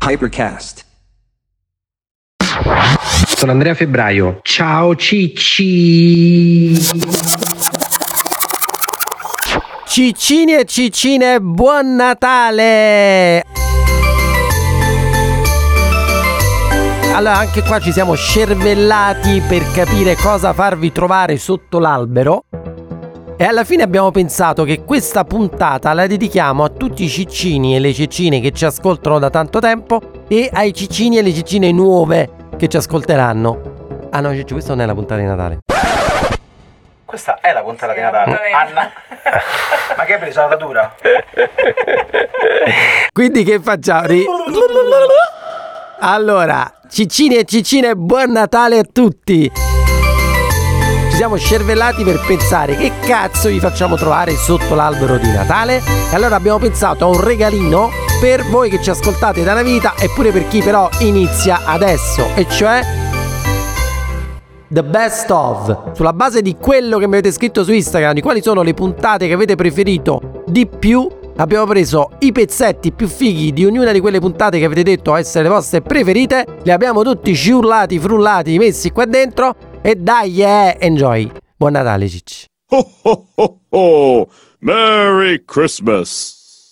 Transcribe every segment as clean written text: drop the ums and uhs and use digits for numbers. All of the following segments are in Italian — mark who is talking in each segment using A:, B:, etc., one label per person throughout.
A: Hypercast.
B: Sono Andrea Febbraio. Ciao Cicci.
C: Ciccini e ciccine, buon Natale! Allora, anche qua ci siamo scervellati per capire cosa farvi trovare sotto l'albero. E alla fine abbiamo pensato che questa puntata la dedichiamo a tutti i ciccini e le ciccine che ci ascoltano da tanto tempo e ai ciccini e le ciccine nuove che ci ascolteranno. Ah no, Cicci, questa non è la puntata di Natale.
D: Questa è la puntata di Natale. Anna. Ma che hai preso la datura?
C: Quindi che facciamo? Allora, ciccini e ciccine, buon Natale a tutti! Ci siamo scervellati per pensare che cazzo vi facciamo trovare sotto l'albero di Natale e allora abbiamo pensato a un regalino per voi che ci ascoltate da una vita e pure per chi però inizia adesso, e cioè The Best Of. Sulla base di quello che mi avete scritto su Instagram, di quali sono le puntate che avete preferito di più, abbiamo preso i pezzetti più fighi di ognuna di quelle puntate che avete detto essere le vostre preferite, li abbiamo tutti ciurlati, frullati, messi qua dentro e dai, enjoy! Buon Natale, Cicci!
E: Ho ho ho ho! Merry Christmas!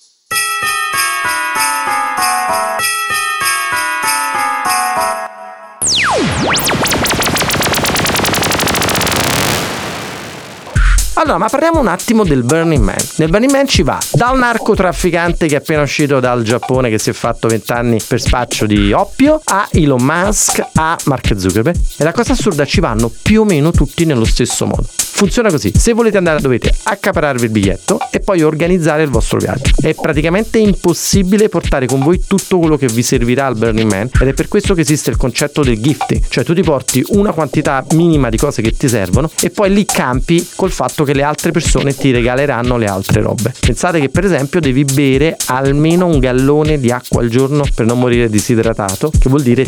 C: Allora, ma parliamo un attimo del Burning Man. Nel Burning Man ci va dal narcotrafficante che è appena uscito dal Giappone, che si è fatto 20 anni per spaccio di oppio, a Elon Musk, a Mark Zuckerberg. E la cosa assurda, ci vanno più o meno tutti nello stesso modo. Funziona così: se volete andare dovete accaparrarvi il biglietto e poi organizzare il vostro viaggio. È praticamente impossibile portare con voi tutto quello che vi servirà al Burning Man, ed è per questo che esiste il concetto del gifting, cioè tu ti porti una quantità minima di cose che ti servono e poi li campi col fatto che le altre persone ti regaleranno le altre robe. Pensate che per esempio devi bere almeno 1 gallone di acqua al giorno per non morire disidratato, che vuol dire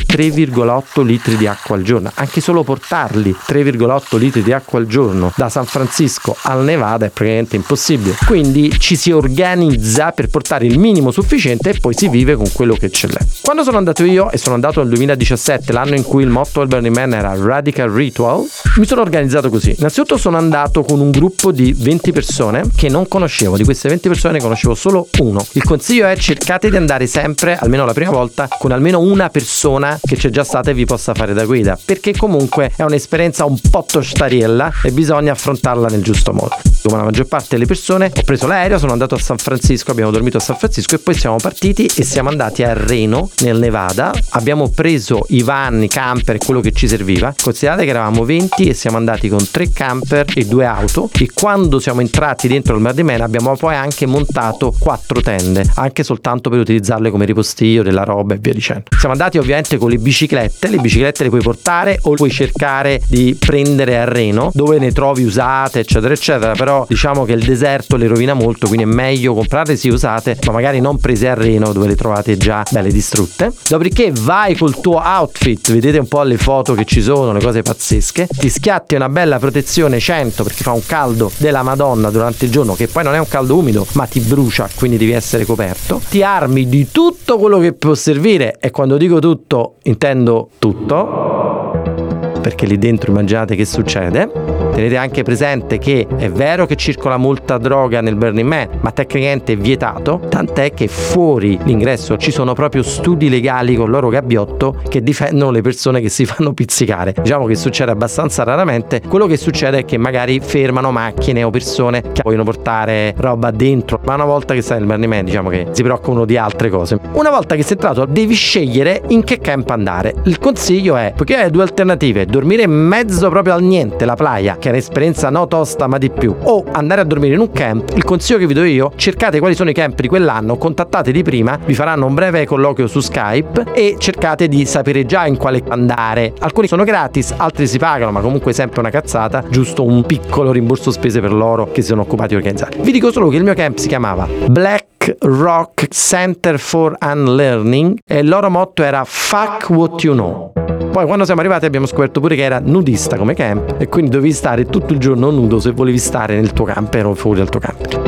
C: 3,8 litri di acqua al giorno. Anche solo portarli 3,8 litri di acqua al giorno da San Francisco al Nevada è praticamente impossibile. Quindi ci si organizza per portare il minimo sufficiente e poi si vive con quello che ce l'è. Quando sono andato io, e sono andato nel 2017, l'anno in cui il motto del Burning Man era Radical Ritual, mi sono organizzato così. Innanzitutto sono andato con un gruppo di 20 persone che non conoscevo. Di queste 20 persone ne conoscevo solo uno. Il consiglio è: cercate di andare sempre, almeno la prima volta, con almeno una persona che c'è già stata e vi possa fare da guida, perché comunque è un'esperienza un po' tostarella e bisogna affrontarla nel giusto modo. Come la maggior parte delle persone ho preso l'aereo, sono andato a San Francisco, abbiamo dormito a San Francisco e poi siamo partiti e siamo andati a Reno nel Nevada. Abbiamo preso i van, i camper, quello che ci serviva. Considerate che eravamo 20 e siamo andati con 3 camper e 2 auto, e quando siamo entrati dentro il Burning Man abbiamo poi anche montato 4 tende, anche soltanto per utilizzarle come ripostiglio della roba e via dicendo. Siamo andati ovviamente con le biciclette le puoi portare o puoi cercare di prendere a Reno, dove ne trovi usate eccetera eccetera, però diciamo che il deserto le rovina molto, quindi è meglio comprarle sì usate, ma magari non prese a Reno dove le trovate già belle distrutte. Dopodiché vai col tuo outfit, vedete un po' le foto che ci sono, le cose pazzesche, ti schiatti una bella protezione 100 perché fa un caldo della Madonna durante il giorno, che poi non è un caldo umido ma ti brucia, quindi devi essere coperto. Ti armi di tutto quello che può servire, e quando dico tutto intendo tutto, perché lì dentro immaginate che succede. Tenete anche presente che è vero che circola molta droga nel Burning Man, ma tecnicamente è vietato, tant'è che fuori l'ingresso ci sono proprio studi legali con il loro gabbiotto che difendono le persone che si fanno pizzicare. Diciamo che succede abbastanza raramente. Quello che succede è che magari fermano macchine o persone che vogliono portare roba dentro, ma una volta che stai nel Burning Man diciamo che si preoccupano di altre cose. Una volta che sei entrato devi scegliere in che camp andare. Il consiglio è, perché hai 2 alternative: dormire in mezzo proprio al niente, la playa, che è un'esperienza no tosta ma di più, o andare a dormire in un camp. Il consiglio che vi do io: cercate quali sono i camp di quell'anno, contattateli prima, vi faranno un breve colloquio su Skype e cercate di sapere già in quale andare. Alcuni sono gratis, altri si pagano, ma comunque sempre una cazzata, giusto un piccolo rimborso spese per loro che si sono occupati di organizzare. Vi dico solo che il mio camp si chiamava Black Rock Center for Unlearning e il loro motto era Fuck what you know. Poi quando siamo arrivati abbiamo scoperto pure che era nudista come camp, e quindi dovevi stare tutto il giorno nudo se volevi stare nel tuo camper o fuori dal tuo camper.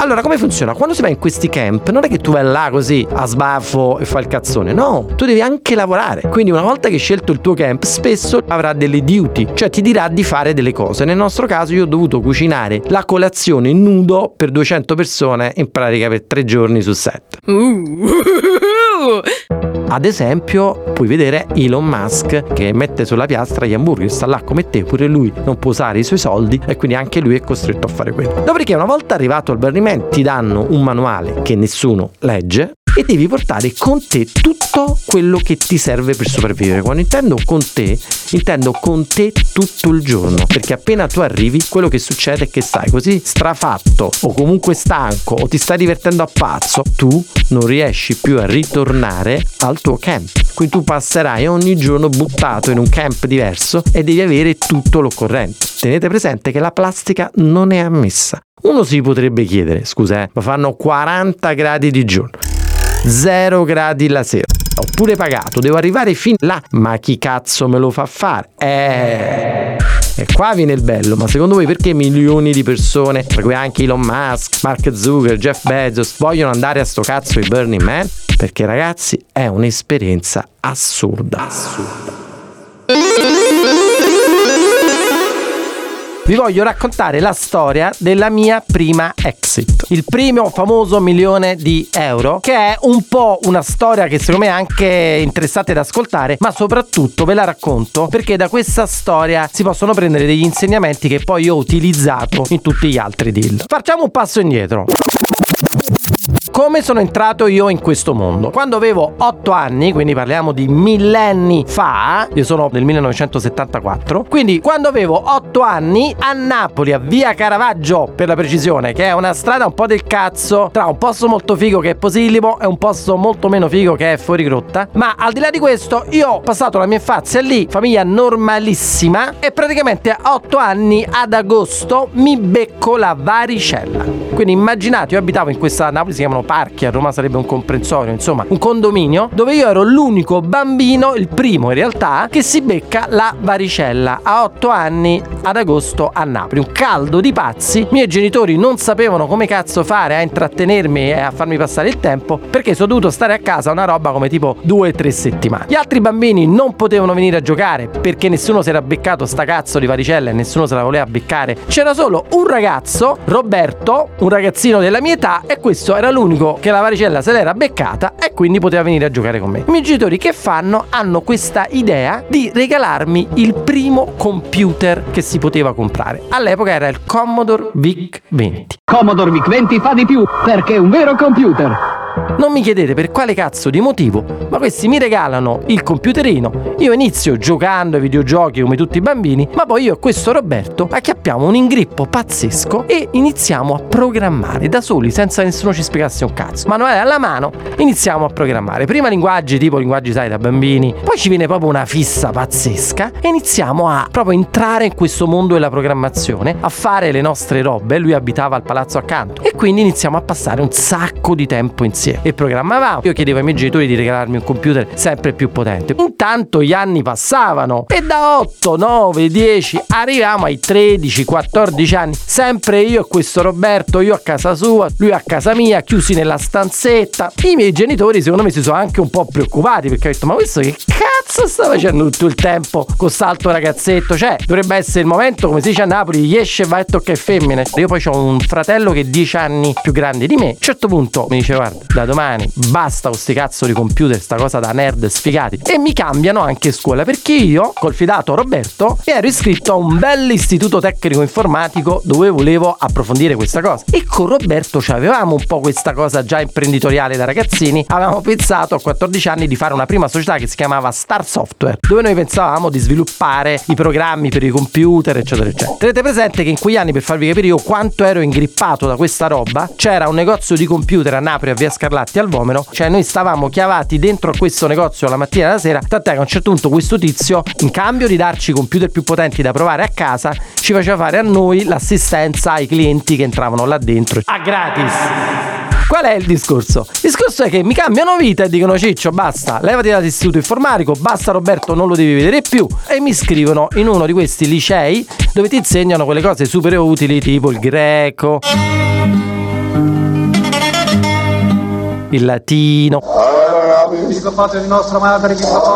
C: Allora come funziona? Quando si va in questi camp non è che tu vai là così a sbaffo e fai il cazzone, no, tu devi anche lavorare. Quindi una volta che hai scelto il tuo camp spesso avrà delle duty, cioè ti dirà di fare delle cose. Nel nostro caso io ho dovuto cucinare la colazione nudo per 200 persone in pratica per 3 giorni su 7. Ad esempio puoi vedere Elon Musk che mette sulla piastra gli hamburger, sta là come te, pure lui non può usare i suoi soldi e quindi anche lui è costretto a fare quello. Dopodiché una volta arrivato al Burning Man ti danno un manuale che nessuno legge e devi portare con te tutto quello che ti serve per sopravvivere. Quando intendo con te tutto il giorno, perché appena tu arrivi quello che succede è che stai così strafatto o comunque stanco o ti stai divertendo a pazzo, tu non riesci più a ritornare al tuo camp, quindi tu passerai ogni giorno buttato in un camp diverso e devi avere tutto l'occorrente. Tenete presente che la plastica non è ammessa. Uno si potrebbe chiedere, scusa, ma fanno 40 gradi di giorno, 0 gradi la sera, ho pure pagato, devo arrivare fin là, ma chi cazzo me lo fa fare? E qua viene il bello, ma secondo voi perché milioni di persone, tra cui anche Elon Musk, Mark Zuckerberg, Jeff Bezos, vogliono andare a sto cazzo di Burning Man? Perché ragazzi è un'esperienza assurda. Vi voglio raccontare la storia della mia prima exit, il primo famoso €1.000.000, che è un po' una storia che secondo me è anche interessante da ascoltare, ma soprattutto ve la racconto perché da questa storia si possono prendere degli insegnamenti che poi ho utilizzato in tutti gli altri deal. Facciamo un passo indietro. Come sono entrato io in questo mondo? Quando avevo 8 anni, quindi parliamo di millenni fa, io sono del 1974, quindi quando avevo 8 anni a Napoli, a via Caravaggio per la precisione, che è una strada un po' del cazzo, tra un posto molto figo che è Posillipo e un posto molto meno figo che è Fuorigrotta, ma al di là di questo io ho passato la mia infanzia lì, famiglia normalissima, e praticamente a 8 anni ad agosto mi becco la varicella. Quindi immaginate, io abitavo in questa, a Napoli si chiamano parchi, a Roma sarebbe un comprensorio, insomma un condominio dove io ero l'unico bambino, il primo in realtà, che si becca la varicella a 8 anni ad agosto a Napoli. Un caldo di pazzi, i miei genitori non sapevano come cazzo fare a intrattenermi e a farmi passare il tempo, perché sono dovuto stare a casa una roba come tipo 2-3 settimane. Gli altri bambini non potevano venire a giocare perché nessuno si era beccato sta cazzo di varicella e nessuno se la voleva beccare. C'era solo un ragazzo, Roberto, un ragazzino della mia età, e questo era l'unico che la varicella se l'era beccata e quindi poteva venire a giocare con me. I miei genitori che fanno? Hanno questa idea di regalarmi il primo computer che si poteva comprare. All'epoca era il Commodore VIC-20.
A: Commodore VIC-20 fa di più perché è un vero computer.
C: Non mi chiedete per quale cazzo di motivo, ma questi mi regalano il computerino. Io inizio giocando ai videogiochi come tutti i bambini, ma poi io e questo Roberto acchiappiamo un ingrippo pazzesco e iniziamo a programmare da soli, senza nessuno ci spiegasse un cazzo. Manuale alla mano, iniziamo a programmare. Prima linguaggi, tipo linguaggi sai da bambini, poi ci viene proprio una fissa pazzesca e iniziamo a proprio entrare in questo mondo della programmazione, a fare le nostre robe. Lui abitava al palazzo accanto e quindi iniziamo a passare un sacco di tempo insieme e programmavamo. Io chiedevo ai miei genitori di regalarmi un computer sempre più potente. Intanto gli anni passavano e da 8, 9, 10 arriviamo ai 13, 14 anni, sempre io e questo Roberto, io a casa sua, lui a casa mia, chiusi nella stanzetta. I miei genitori secondo me si sono anche un po' preoccupati, perché ho detto: ma questo che cazzo sta facendo tutto il tempo con quest'altro ragazzetto? Cioè dovrebbe essere il momento, come si dice a Napoli, gli esce e va e tocca e femmine. Io poi ho un fratello che è 10 anni più grande di me. A un certo punto mi dice: guarda, da domani basta con sti cazzo di computer, sta cosa da nerd sfigati, e mi cambiano anche scuola, perché io col fidato Roberto mi ero iscritto a un bel istituto tecnico informatico dove volevo approfondire questa cosa, e con Roberto avevamo un po' questa cosa già imprenditoriale da ragazzini. Avevamo pensato a 14 anni di fare una prima società che si chiamava Star Software, dove noi pensavamo di sviluppare i programmi per i computer eccetera eccetera. Tenete presente che in quegli anni, per farvi capire io quanto ero ingrippato da questa roba, c'era un negozio di computer a Napoli a via Scarlatti al Vomero, cioè noi stavamo chiavati dentro a questo negozio la mattina e la sera, tant'è che a un certo punto questo tizio, in cambio di darci computer più potenti da provare a casa, ci faceva fare a noi l'assistenza ai clienti che entravano là dentro a gratis. Qual è il discorso? Il discorso è che mi cambiano vita e dicono: Ciccio, basta, levati dall'istituto informatico, basta Roberto, non lo devi vedere più, e mi iscrivono in uno di questi licei dove ti insegnano quelle cose super utili tipo il greco, il latino.
F: Dico Padre nostro, Madre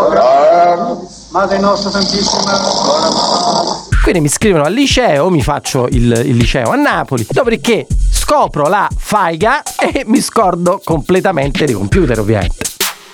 F: nostra Santissima.
C: Quindi mi iscrivono al liceo, mi faccio il liceo a Napoli, dopodiché scopro la faiga e mi scordo completamente di computer, ovviamente.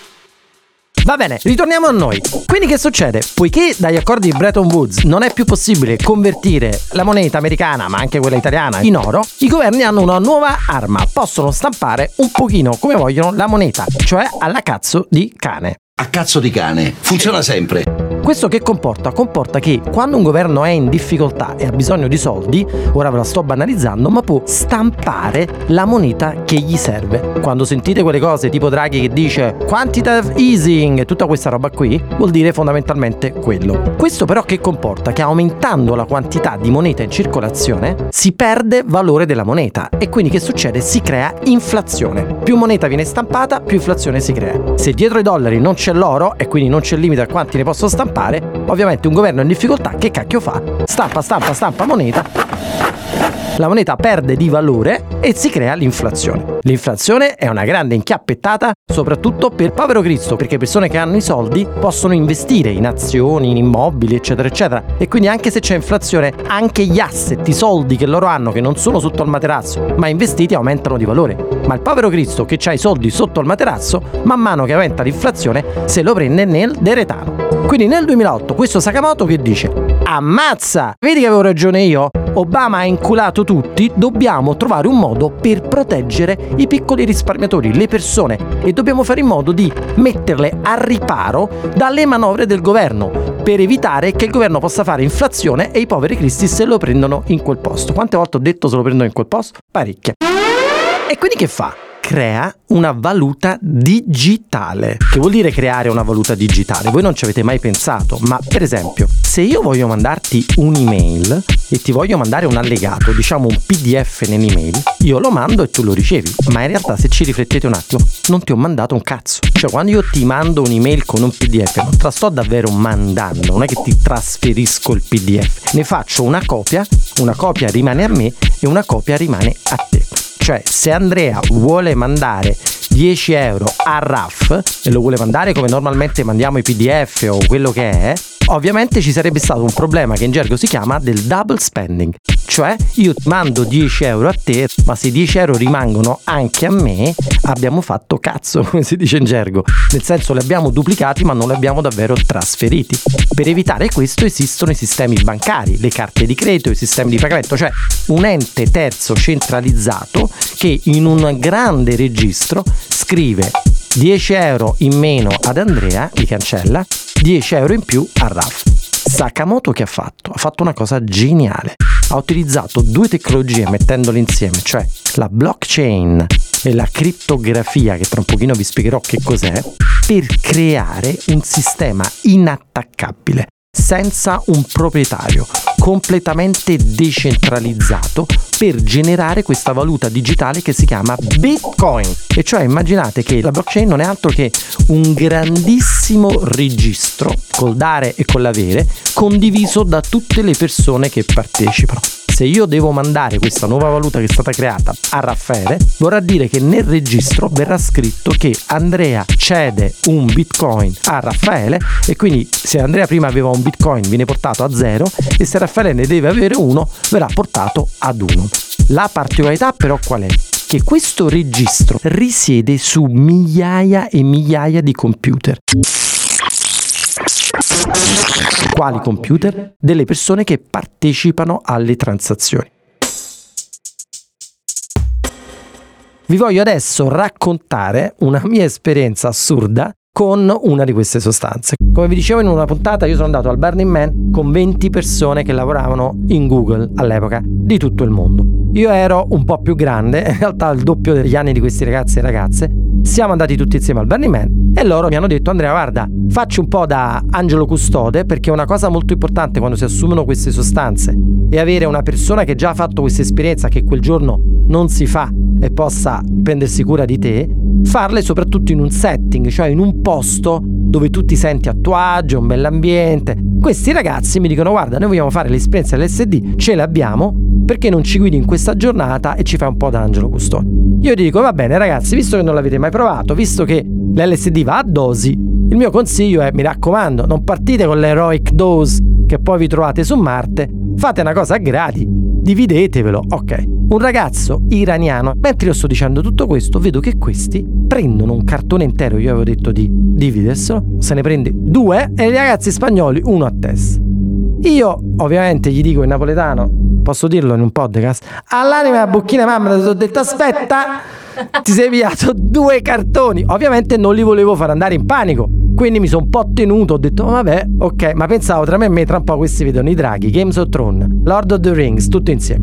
C: Va bene, ritorniamo a noi. Quindi che succede? Poiché dagli accordi di Bretton Woods non è più possibile convertire la moneta americana, ma anche quella italiana, in oro, i governi hanno una nuova arma. Possono stampare un pochino come vogliono la moneta, cioè alla cazzo di cane.
G: A cazzo di cane, funziona sempre.
C: Questo che comporta? Comporta che quando un governo è in difficoltà e ha bisogno di soldi, ora ve la sto banalizzando, ma può stampare la moneta che gli serve. Quando sentite quelle cose tipo Draghi che dice quantitative easing e tutta questa roba qui, vuol dire fondamentalmente quello. Questo però che comporta? Che aumentando la quantità di moneta in circolazione si perde valore della moneta e quindi che succede? Si crea inflazione. Più moneta viene stampata, più inflazione si crea. Se dietro i dollari non c'è l'oro e quindi non c'è il limite a quanti ne posso stampare, ovviamente un governo in difficoltà che cacchio fa? Stampa moneta, la moneta perde di valore e si crea l'inflazione. L'inflazione è una grande inchiappettata soprattutto per povero Cristo, perché persone che hanno i soldi possono investire in azioni, in immobili, eccetera eccetera, e quindi anche se c'è inflazione anche gli asset, i soldi che loro hanno che non sono sotto al materasso ma investiti aumentano di valore. Ma il povero Cristo che ha i soldi sotto al materasso, man mano che aumenta l'inflazione se lo prende nel deretano. Quindi nel 2008 questo Sakamoto che dice: ammazza, vedi che avevo ragione io? Obama ha inculato tutti, dobbiamo trovare un modo per proteggere i piccoli risparmiatori, le persone, e dobbiamo fare in modo di metterle a riparo dalle manovre del governo per evitare che il governo possa fare inflazione e i poveri cristi se lo prendono in quel posto. Quante volte ho detto se lo prendono in quel posto? Parecchie. E quindi che fa? Crea una valuta digitale. Che vuol dire creare una valuta digitale? Voi non ci avete mai pensato, ma per esempio, se io voglio mandarti un'email e ti voglio mandare un allegato, diciamo un PDF nell'email, io lo mando e tu lo ricevi, ma in realtà se ci riflettete un attimo, non ti ho mandato un cazzo. Cioè quando io ti mando un'email con un PDF, non te la sto davvero mandando, non è che ti trasferisco il PDF, ne faccio una copia rimane a me e una copia rimane a te. Cioè se Andrea vuole mandare 10 euro a RAF e lo vuole mandare come normalmente mandiamo i PDF o quello che è, ovviamente ci sarebbe stato un problema che in gergo si chiama del double spending. Cioè io mando 10 euro a te, ma se 10 euro rimangono anche a me, abbiamo fatto cazzo, come si dice in gergo. Nel senso li abbiamo duplicati ma non li abbiamo davvero trasferiti. Per evitare questo esistono i sistemi bancari, le carte di credito, i sistemi di pagamento, cioè un ente terzo centralizzato che in un grande registro scrive 10 euro in meno ad Andrea, li cancella, 10 euro in più a Raf. Sakamoto che ha fatto? Ha fatto una cosa geniale. Ha utilizzato due tecnologie mettendole insieme, cioè la blockchain e la crittografia, che tra un pochino vi spiegherò che cos'è, per creare un sistema inattaccabile, senza un proprietario, completamente decentralizzato, per generare questa valuta digitale che si chiama Bitcoin. E cioè immaginate che la blockchain non è altro che un grandissimo registro col dare e con l'avere condiviso da tutte le persone che partecipano. Se io devo mandare questa nuova valuta che è stata creata a Raffaele, vorrà dire che nel registro verrà scritto che Andrea cede un Bitcoin a Raffaele, e quindi se Andrea prima aveva un Bitcoin viene portato a 0 e se Raffaele ne deve avere 1 verrà portato ad 1. La particolarità però qual è? Che questo registro risiede su migliaia e migliaia di computer. Quali computer? Delle persone che partecipano alle transazioni. Vi voglio adesso raccontare una mia esperienza assurda con una di queste sostanze. Come vi dicevo in una puntata, io sono andato al Burning Man con 20 persone che lavoravano in Google all'epoca di tutto il mondo. Io ero un po' più grande, in realtà il doppio degli anni di questi ragazzi e ragazze. Siamo andati tutti insieme al Burning Man e loro mi hanno detto: Andrea, guarda, facci un po' da angelo custode, perché una cosa molto importante quando si assumono queste sostanze è avere una persona che già ha fatto questa esperienza, che quel giorno non si fa e possa prendersi cura di te, farle soprattutto in un setting, cioè in un posto dove tu ti senti a tuo agio, un bell'ambiente. Questi ragazzi mi dicono: guarda, noi vogliamo fare l'esperienza LSD, ce l'abbiamo, perché non ci guidi in questa giornata e ci fai un po' d'angelo custode. Io ti dico, va bene ragazzi, visto che non l'avete mai provato, visto che l'LSD va a dosi, il mio consiglio è, mi raccomando, non partite con l'heroic dose che poi vi trovate su Marte, fate una cosa a gradi, dividetevelo. Ok, un ragazzo iraniano, mentre io sto dicendo tutto questo, vedo che questi prendono un cartone intero, io avevo detto di dividerselo, se ne prende 2 e i ragazzi spagnoli 1 a testa. Io ovviamente gli dico in napoletano, posso dirlo in un podcast, all'anima bocchina mamma, ti ho detto aspetta, ti sei pigliato 2 cartoni. Ovviamente non li volevo far andare in panico, quindi mi sono un po' tenuto, ho detto vabbè, ok, ma pensavo tra me e me tra un po' questi vedono i draghi, Games of Thrones, Lord of the Rings, tutto insieme.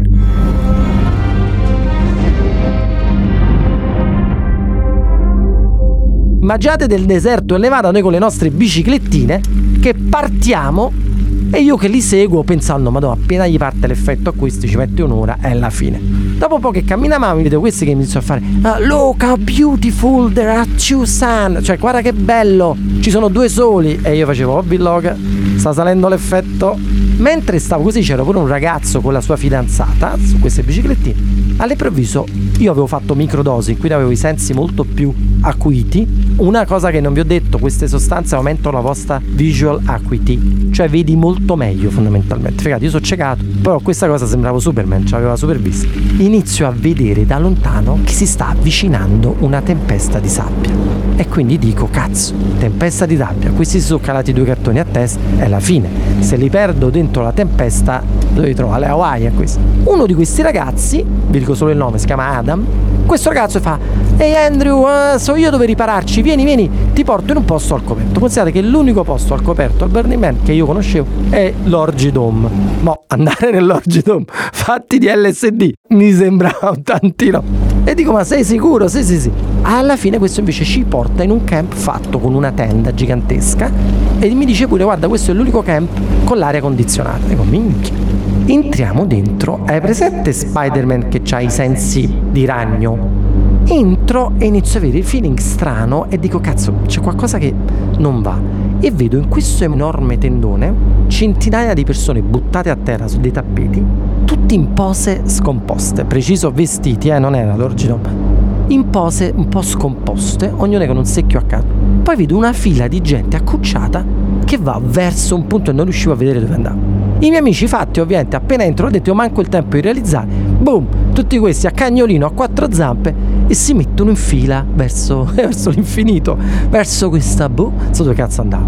C: Immaginate del deserto elevato, noi con le nostre biciclettine che partiamo e io che li seguo pensando, madonna, appena gli parte l'effetto a questi ci mette un'ora e è la fine. Dopo un po' che camminavamo, vedo questi che iniziano a fare look how beautiful, there are 2 sun, cioè guarda che bello, ci sono 2 soli, e io facevo oh Billoga, sta salendo l'effetto. Mentre stavo così c'era pure un ragazzo con la sua fidanzata su queste biciclettine. All'improvviso io avevo fatto microdosi, quindi avevo i sensi molto più acuiti. Una cosa che non vi ho detto, queste sostanze aumentano la vostra visual acuity, cioè vedi molto meglio fondamentalmente. Figate, io sono ciecato, però questa cosa sembrava Superman, cioè aveva super vista. Inizio a vedere da lontano che si sta avvicinando una tempesta di sabbia e quindi dico cazzo, tempesta di sabbia, questi si sono calati 2 cartoni a testa, è la fine. Se li perdo dentro la tempesta dove trovo le Hawaii a questo. Uno di questi ragazzi, vi dico solo il nome, si chiama Adam. Questo ragazzo fa ehi Andrew, so io dove ripararci, vieni, ti porto in un posto al coperto. Considerate che l'unico posto al coperto al Burning Man che io conoscevo è l'Orgidome. Mo andare nell'Orgidome fatti di LSD mi sembrava un tantino. E dico ma sei sicuro? Sì. Alla fine questo invece ci porta in un camp fatto con una tenda gigantesca e mi dice pure guarda, questo è l'unico camp con l'aria condizionata. Dico minchia. Entriamo dentro, hai presente Spider-Man che ha i sensi di ragno? Entro e inizio a avere il feeling strano e dico cazzo, c'è qualcosa che non va. E vedo in questo enorme tendone centinaia di persone buttate a terra su dei tappeti, tutti in pose scomposte, preciso vestiti, non era l'Orgidome, in pose un po' scomposte, ognuna con un secchio accanto. Poi vedo una fila di gente accucciata che va verso un punto e non riuscivo a vedere dove andava. I miei amici fatti ovviamente appena entro ho detto io manco il tempo di realizzare, boom, tutti questi a cagnolino a 4 zampe e si mettono in fila verso l'infinito, verso questa so dove cazzo andavo.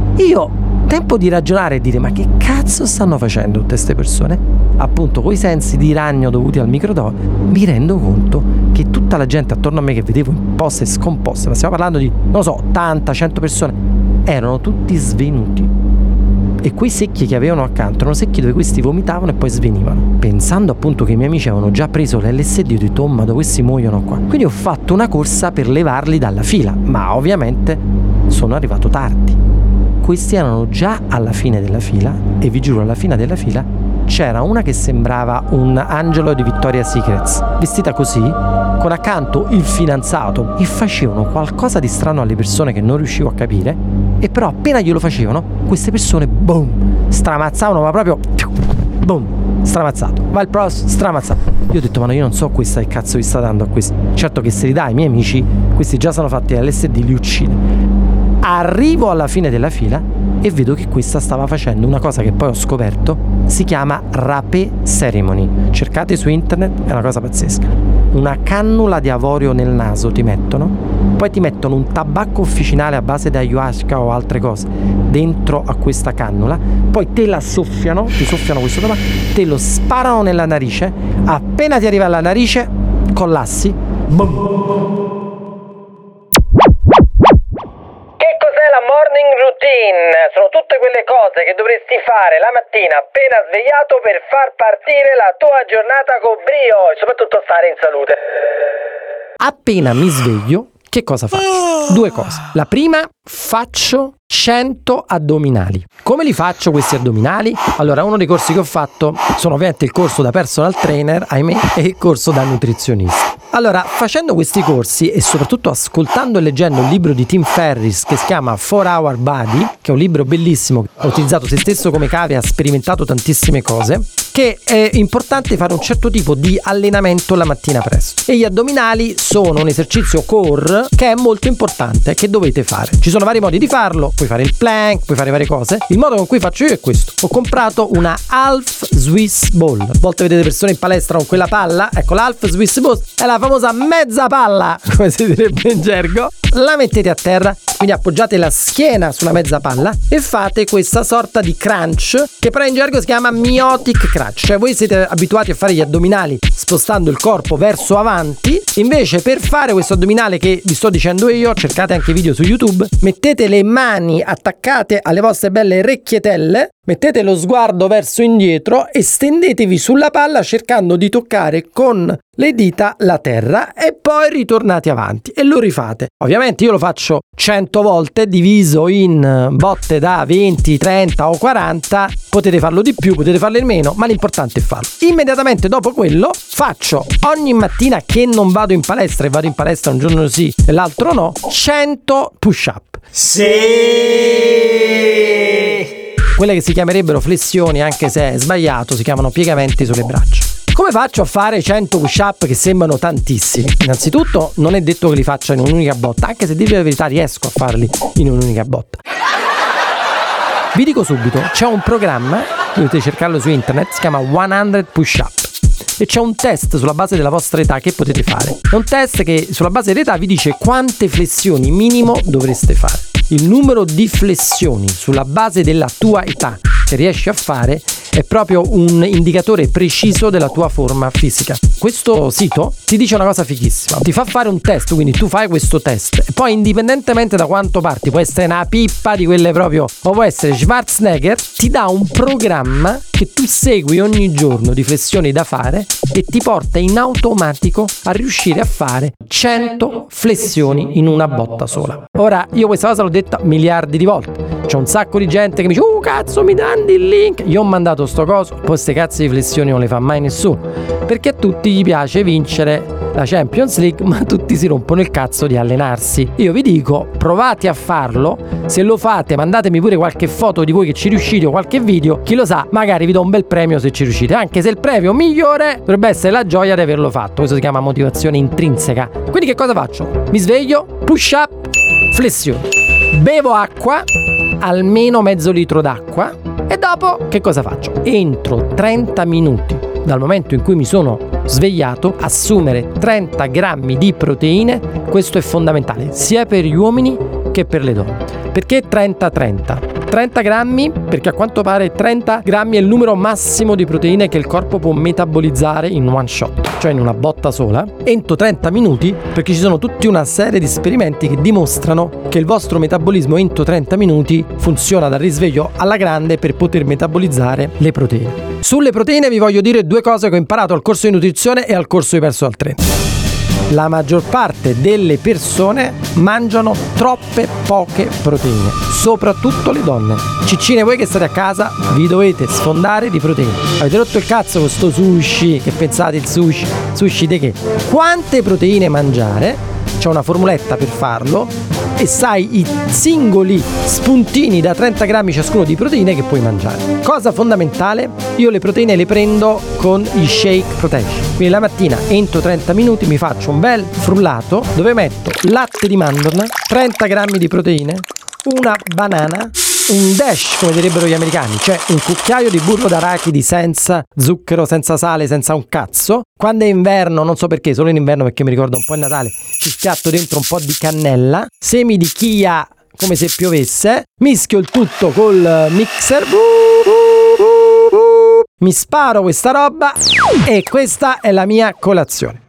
C: Io tempo di ragionare e dire ma che cazzo stanno facendo tutte queste persone? Appunto coi sensi di ragno dovuti al microdose mi rendo conto che tutta la gente attorno a me che vedevo in pose scomposte, ma stiamo parlando di non so 80, 100 persone, erano tutti svenuti. E quei secchi che avevano accanto erano secchi dove questi vomitavano e poi svenivano. Pensando appunto che i miei amici avevano già preso l'LSD, ho detto oh ma dove questi muoiono qua. Quindi ho fatto una corsa per levarli dalla fila, ma ovviamente sono arrivato tardi. Questi erano già alla fine della fila e vi giuro alla fine della fila c'era una che sembrava un angelo di Victoria's Secrets, vestita così, con accanto il fidanzato, e facevano qualcosa di strano alle persone che non riuscivo a capire, e però appena glielo facevano queste persone boom stramazzavano, ma proprio boom stramazzato, va il prossimo stramazzato. Io ho detto ma io non so questa che cazzo vi sta dando a questi, certo che se li dà ai miei amici questi già sono fatti LSD, li uccide. Arrivo alla fine della fila e vedo che questa stava facendo una cosa che poi ho scoperto si chiama rapé ceremony, cercate su internet, è una cosa pazzesca. Una cannula di avorio nel naso ti mettono, poi ti mettono un tabacco officinale a base di ayahuasca o altre cose dentro a questa cannula, poi te la soffiano, ti soffiano questo tabacco, te lo sparano nella narice, appena ti arriva alla narice collassi, boom.
H: Morning routine sono tutte quelle cose che dovresti fare la mattina appena svegliato per far partire la tua giornata con brio e soprattutto stare in salute.
C: Appena mi sveglio, che cosa faccio? 2 cose. La prima, faccio 100 addominali. Come li faccio questi addominali? Allora, uno dei corsi che ho fatto sono ovviamente il corso da personal trainer, ahimè, e il corso da nutrizionista. Allora, facendo questi corsi e soprattutto ascoltando e leggendo il libro di Tim Ferriss che si chiama 4 Hour Body, che è un libro bellissimo, ha utilizzato se stesso come cave, ha sperimentato tantissime cose,
I: che è importante fare un certo tipo di allenamento la mattina presto, e gli addominali sono un esercizio core che è molto importante, che dovete fare. Ci sono vari modi di farlo, puoi fare il plank, puoi fare varie cose. Il modo con cui faccio io è questo: ho comprato una Half Swiss Ball. A volte vedete persone in palestra con quella palla, ecco, la Half Swiss Ball è la famosa mezza palla, come si direbbe in gergo. La mettete a terra, quindi appoggiate la schiena sulla mezza palla e fate questa sorta di crunch, che però in gergo si chiama myotic crunch. Cioè voi siete abituati a fare gli addominali spostando il corpo verso avanti, invece per fare questo addominale che vi sto dicendo io, cercate anche video su YouTube, mettete le mani attaccate alle vostre belle orecchietelle, mettete lo sguardo verso indietro e stendetevi sulla palla cercando di toccare con le dita la terra e poi ritornate avanti e lo rifate. Ovviamente io lo faccio 100 volte diviso in botte da 20, 30 o 40, potete farlo di più, potete farlo di meno, ma l'importante è farlo. Immediatamente dopo quello faccio ogni mattina che non vado in palestra, e vado in palestra un giorno sì e l'altro no, 100 push up. Sì! Quelle che si chiamerebbero flessioni, anche se è sbagliato, si chiamano piegamenti sulle braccia. Come faccio a fare 100 push-up che sembrano tantissimi? Innanzitutto non è detto che li faccia in un'unica botta, anche se dirvi la verità riesco a farli in un'unica botta. Vi dico subito, c'è un programma, dovete cercarlo su internet, si chiama 100 Push-Up. E c'è un test sulla base della vostra età che potete fare. È un test che sulla base dell'età vi dice quante flessioni minimo dovreste fare. Il numero di flessioni sulla base della tua età che riesci a fare è proprio un indicatore preciso della tua forma fisica. Questo sito ti dice una cosa fighissima, ti fa fare un test, quindi tu fai questo test e poi indipendentemente da quanto parti, può essere una pippa di quelle proprio o può essere Schwarzenegger, ti dà un programma che tu segui ogni giorno di flessioni da fare e ti porta in automatico a riuscire a fare 100 flessioni in una botta sola. Ora, io questa cosa l'ho detta miliardi di volte, c'è un sacco di gente che mi dice cazzo mi danno il link, io ho mandato sto coso, poi queste cazzo di flessioni non le fa mai nessuno, perché a tutti gli piace vincere la Champions League, ma tutti si rompono il cazzo di allenarsi. Io vi dico, provate a farlo, se lo fate mandatemi pure qualche foto di voi che ci riuscite o qualche video, chi lo sa, magari vi do un bel premio se ci riuscite, anche se il premio migliore dovrebbe essere la gioia di averlo fatto. Questo si chiama motivazione intrinseca. Quindi che cosa faccio? Mi sveglio, push up, flessioni, bevo acqua, almeno mezzo litro d'acqua, e dopo che cosa faccio? Entro 30 minuti dal momento in cui mi sono svegliato, assumere 30 grammi di proteine. Questo è fondamentale sia per gli uomini che per le donne. Perché 30-30? 30 grammi perché a quanto pare 30 grammi è il numero massimo di proteine che il corpo può metabolizzare in one shot, cioè in una botta sola, entro 30 minuti, perché ci sono tutta una serie di esperimenti che dimostrano che il vostro metabolismo entro 30 minuti funziona dal risveglio alla grande per poter metabolizzare le proteine. Sulle proteine vi voglio dire due cose che ho imparato al corso di nutrizione e al corso di personal training. La maggior parte delle persone mangiano troppe poche proteine, soprattutto le donne. Ciccine, voi che state a casa vi dovete sfondare di proteine. Avete rotto il cazzo con sto sushi, che pensate il sushi? Sushi di che? Quante proteine mangiare? C'è una formuletta per farlo e sai i singoli spuntini da 30 grammi ciascuno di proteine che puoi mangiare. Cosa fondamentale, io le proteine le prendo con gli shake protection. Quindi la mattina entro 30 minuti mi faccio un bel frullato dove metto latte di mandorla, 30 grammi di proteine, una banana, un dash come direbbero gli americani, cioè un cucchiaio di burro d'arachidi senza zucchero, senza sale, senza un cazzo. Quando è inverno, non so perché, solo in inverno perché mi ricorda un po' il Natale, ci schiatto dentro un po' di cannella, semi di chia come se piovesse, mischio il tutto col mixer, mi sparo questa roba e questa è la mia colazione.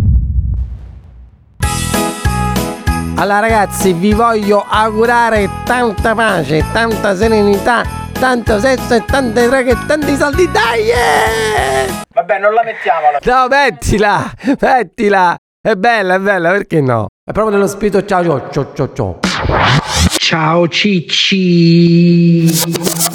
I: Allora ragazzi, vi voglio augurare tanta pace, tanta serenità, tanto sesso e tante droghe e tanti soldi, dai!
D: Vabbè, non la mettiamo alla...
I: No, mettila! È bella, perché no? È proprio nello spirito ciao.
B: Ciao Cicci.